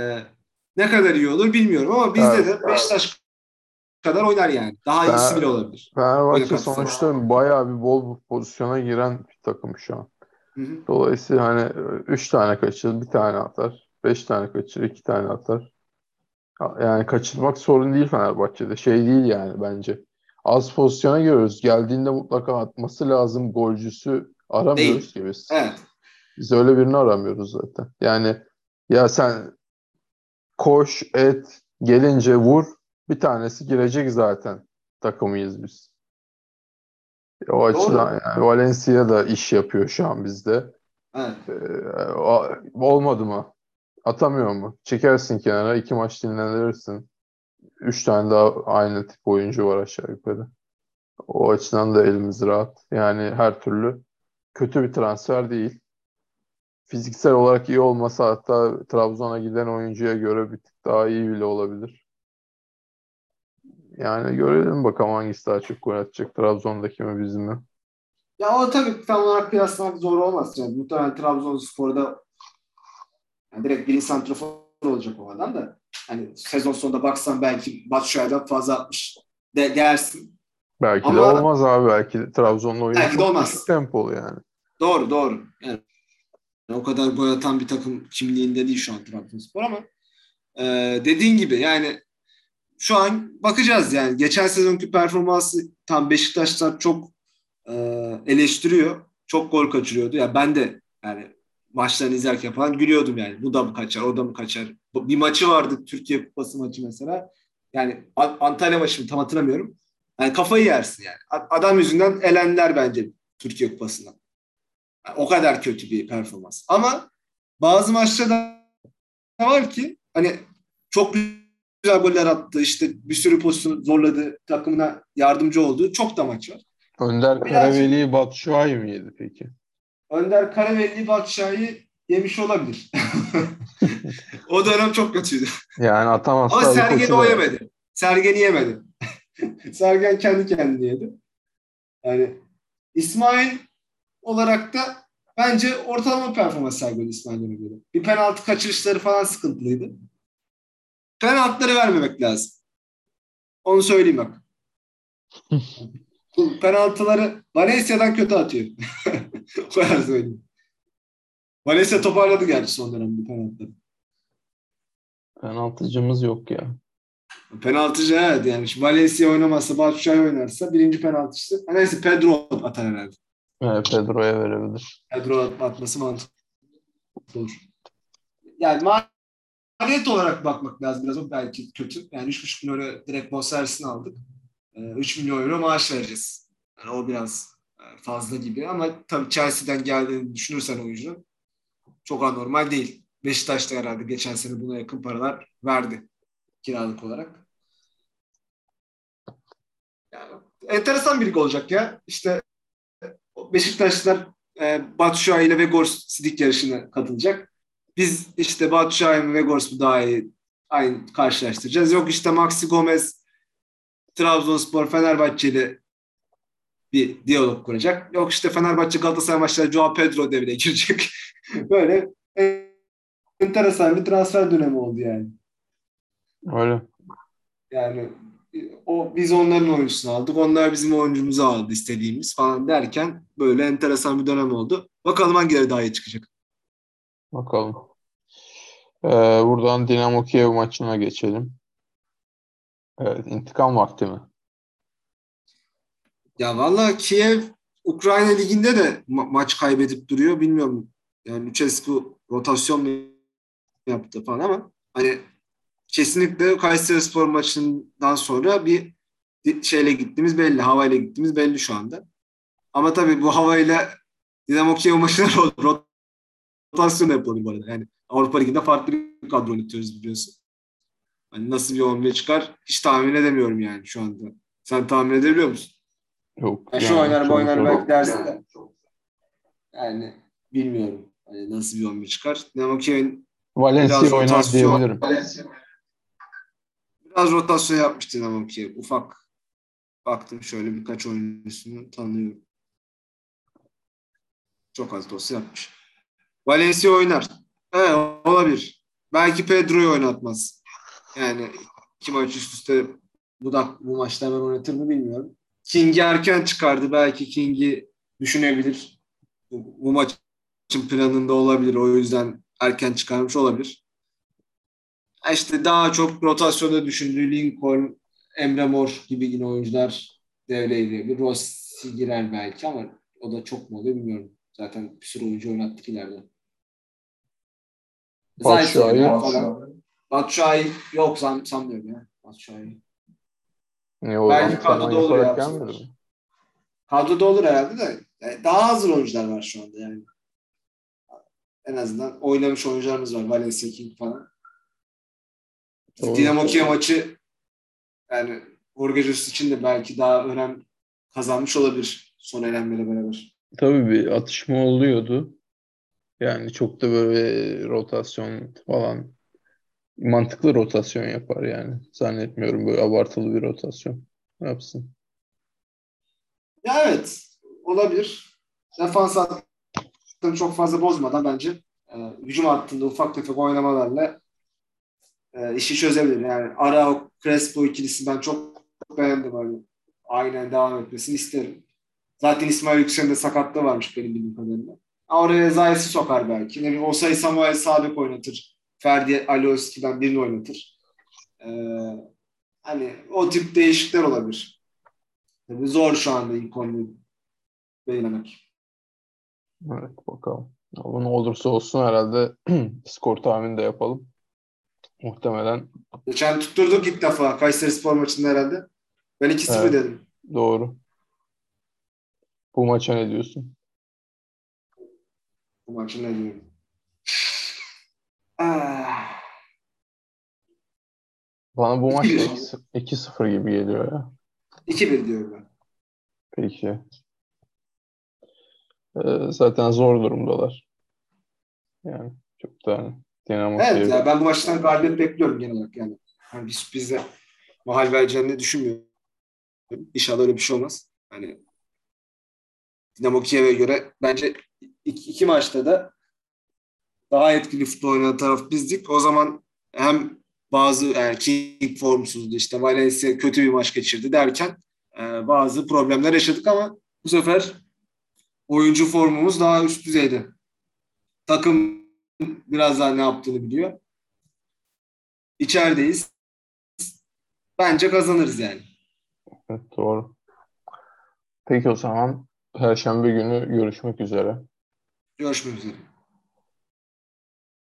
ne kadar iyi olur bilmiyorum ama bizde Ya, de Beşiktaş kadar oynar yani. Daha iyisi bile Fener- olabilir. Oyuna Fenerbahçe katsa. sonuçta bayağı bir bol pozisyona giren bir takım şu an. Hı hı. Dolayısıyla hani 3 tane kaçırır, bir tane atar. 5 tane kaçırır, 2 tane atar. Yani kaçırmak sorun değil Fenerbahçe'de. Şey değil yani bence. Az pozisyona giriyoruz. Geldiğinde mutlaka atması lazım golcüsü aramıyoruz Değil. ki biz. Evet. Biz öyle birini aramıyoruz zaten. Yani ya sen koş, et, gelince vur. Bir tanesi girecek zaten. Takımıyız biz. O Doğru. açıdan yani Valencia da iş yapıyor şu an bizde. Evet. Ee, Olmadı mı? Atamıyor mu? Çekersin kenara, 2 maç dinlendirirsin. 3 tane daha aynı tip oyuncu var aşağı yukarı. O açıdan da elimiz rahat. Yani her türlü kötü bir transfer değil. Fiziksel olarak iyi olmasa hatta Trabzon'a giden oyuncuya göre bir tık daha iyi bile olabilir. Yani görelim bakalım hangisi daha çok gol atacak. Trabzon'daki mi bizim mi? Ya o tabii tam olarak kıyaslamak zor olmaz. Yani muhtemelen Trabzonspor'da yani direkt birinci santrafor olacak o adam da. Hani sezon sonunda baksan belki Batshuayi'den fazla atmış dersin. Belki de Ama olmaz abi. Belki de Trabzon'un oyunu belki de çok düşük olmaz. tempolu yani. Doğru doğru. Yani o kadar gol atan bir takım kimliğinde değil şu an Trabzonspor ama e, dediğin gibi yani şu an bakacağız yani. Geçen sezonki performansı tam Beşiktaşlar çok e, eleştiriyor. Çok gol kaçırıyordu. Ya ben de yani maçlarını izlerken falan gülüyordum yani. Bu da mı kaçar, o da mı kaçar? Bir maçı vardı Türkiye Kupası maçı mesela. Yani Antalya maçı mı tam hatırlamıyorum. Yani kafayı yersin yani. Adam yüzünden elendiler bence Türkiye Kupası'ndan. Yani o kadar kötü bir performans. Ama bazı maçlarda var ki hani çok güzel goller attı. İşte bir sürü pozisyonu zorladı. Takımına yardımcı oldu. Çok da maç var. Önder Birazcık Karaveli Batshuayi mi yedi peki? Önder Karaveli Batshuayi yemiş olabilir. O dönem çok kötüydü. Yani Ama atamazsa Ali Sergen'i Koç'u o da yer. yemedi. Sergen'i yemedi. Sergen kendi kendini yedi. Yani İsmail olarak da bence ortalama performans sergiledi İsmail'e göre. Bir penaltı kaçırışları falan sıkıntılıydı. Penaltıları vermemek lazım. Onu söyleyeyim bak. Bu penaltıları Valencia'dan kötü atıyor. O kadar söyleyeyim. Valencia toparladı gerçi son dönemde penaltıları. Penaltıcımız yok ya. Penaltıcı evet yani. Şimdi Valencia oynamazsa, Batshuayi oynarsa birinci penaltıcısı. Ha, neyse Pedro atar herhalde. Pedro'ya verebilir. Pedro atması mantıklı olur. Yani maliyet olarak bakmak lazım biraz. O belki kötü. Yani 3,5 milyon euro direkt bonservisini aldık. 3 milyon euro maaş vereceğiz. Yani o biraz fazla gibi ama tabii Chelsea'den geldiğini düşünürsen oyuncu çok anormal değil. Beşiktaş da herhalde geçen sene buna yakın paralar verdi kiralık olarak. Yani enteresan bir lig olacak ya. İşte Beşiktaşlar Batshuayi ile Vegors Sidik yarışına katılacak. Biz işte Batshuayi mi Vegors mu daha iyi aynı karşılaştıracağız. Yok işte Maxi Gomez Trabzonspor Fenerbahçe ile bir diyalog kuracak. Yok işte Fenerbahçe Galatasaray maçları Joao Pedro devreye girecek. Böyle enteresan bir transfer dönemi oldu yani. Öyle. Yani biz onların oyuncusunu aldık. Onlar bizim oyuncumuzu aldı istediğimiz falan derken böyle enteresan bir dönem oldu. Bakalım hangileri daha iyi çıkacak. Bakalım. Buradan Dinamo Kiev maçına geçelim. Evet, intikam vakti mi? Ya valla Kiev Ukrayna Ligi'nde de maç kaybedip duruyor. Bilmiyorum. Yani Lucescu rotasyon mu yaptı falan ama hani kesinlikle Kayserispor maçından sonra bir şeyle gittiğimiz belli. Havayla gittiğimiz belli şu anda. Ama tabii bu havayla Dinamo Kiev maçına rotasyon yapılıyor bu arada. Yani Avrupa Ligi'nde farklı bir kadro oynatıyoruz biliyorsun. Hani nasıl bir 11 çıkar hiç tahmin edemiyorum yani şu anda. Sen tahmin edebiliyor musun? Yok Ya şu yani oynar bu çok oynar zor. belki dersin de. Yani bilmiyorum. Hani nasıl bir 11 çıkar. Dinamo Kiev'in Valencia biraz oynar rotasyon diyebilirim. biraz rotasyon yapmıştı Dinamo Kiev. Ufak baktım şöyle birkaç oyuncusunu tanıyorum. Çok az dosya yapmış. Valencia oynar. Evet olabilir. Belki Pedro'yu oynatmaz. Yani iki maç üst üste bu maçta hemen oynatır mı bilmiyorum. King'i erken çıkardı. Belki King'i düşünebilir. Bu maçın planında olabilir. O yüzden erken çıkarmış olabilir. İşte daha çok rotasyonda düşündüğü Lincoln, Emre Mor gibi yine oyuncular devreye girebilir. Rossi girer belki ama o da çok mu oluyor bilmiyorum. Zaten bir sürü oyuncu oynattık ileride. Zayt Batshuayi oynar falan. Batshuayi yok sanmıyorum ya. Batshuayi. ne o Belki antrenman kadroda olur yaparak ya bu gelmedi sefer. mi? Kadroda olur herhalde de. Yani daha hazır oyuncular var şu anda yani. En azından oynamış oyuncularımız var. Valencia King falan. İşte Doğru. Dinamo Kiev maçı yani Jorge Jesus için de belki daha önem kazanmış olabilir son elenmeyle beraber. Tabii bir atışma oluyordu. Yani çok da böyle rotasyon falan mantıklı rotasyon yapar yani. Zannetmiyorum böyle abartılı bir rotasyon yapsın. Ya evet olabilir. Defans hattını çok fazla bozmadan bence hücum hattında ufak tefek oynamalarla işi çözebilir. Yani Arao Crespo ikilisi ben çok beğendim. Hani aynen devam etmesini isterim. Zaten İsmail Yüksel'in de sakatlığı varmış benim bildiğim kadarıyla. Oraya Zayes'i sokar belki. Ne bileyim Osayi Samuel sağ bek oynatır. Ferdi Alioski'den birini oynatır. Ee, Hani o tip değişiklikler olabilir. Tabii zor şu anda ilk konuyu belirlemek. Evet bakalım. Ama ne olursa olsun herhalde skor tahmini de yapalım. Muhtemelen Geçen tutturduk ilk defa Kayserispor maçında herhalde. Ben 2-0 evet, dedim. doğru. Bu maça ne diyorsun? Bu maçı ne diyorum? Ah, Bana bu maç 2-1. 2-0 gibi geliyor ya. 2-1 diyorum ben. Peki. Zaten zor durumdalar. Yani çok da hani Dinamo Evet Kiev. ya ben bu maçtan galibiyet bekliyorum genel olarak yani. Hani bir sürprizle mahal vereceğini düşünmüyorum. İnşallah öyle bir şey olmaz. Hani Dinamo Kiev'e göre bence iki maçta da daha etkili futbol oynayan taraf bizdik. O zaman hem bazı yani King formsuzdu işte Valencia kötü bir maç geçirdi derken bazı problemler yaşadık ama bu sefer oyuncu formumuz daha üst düzeyde. Takım biraz daha ne yaptığını biliyor. İçerideyiz. Bence kazanırız yani. Evet, doğru. Peki o zaman Perşembe günü görüşmek üzere. Görüşmek üzere.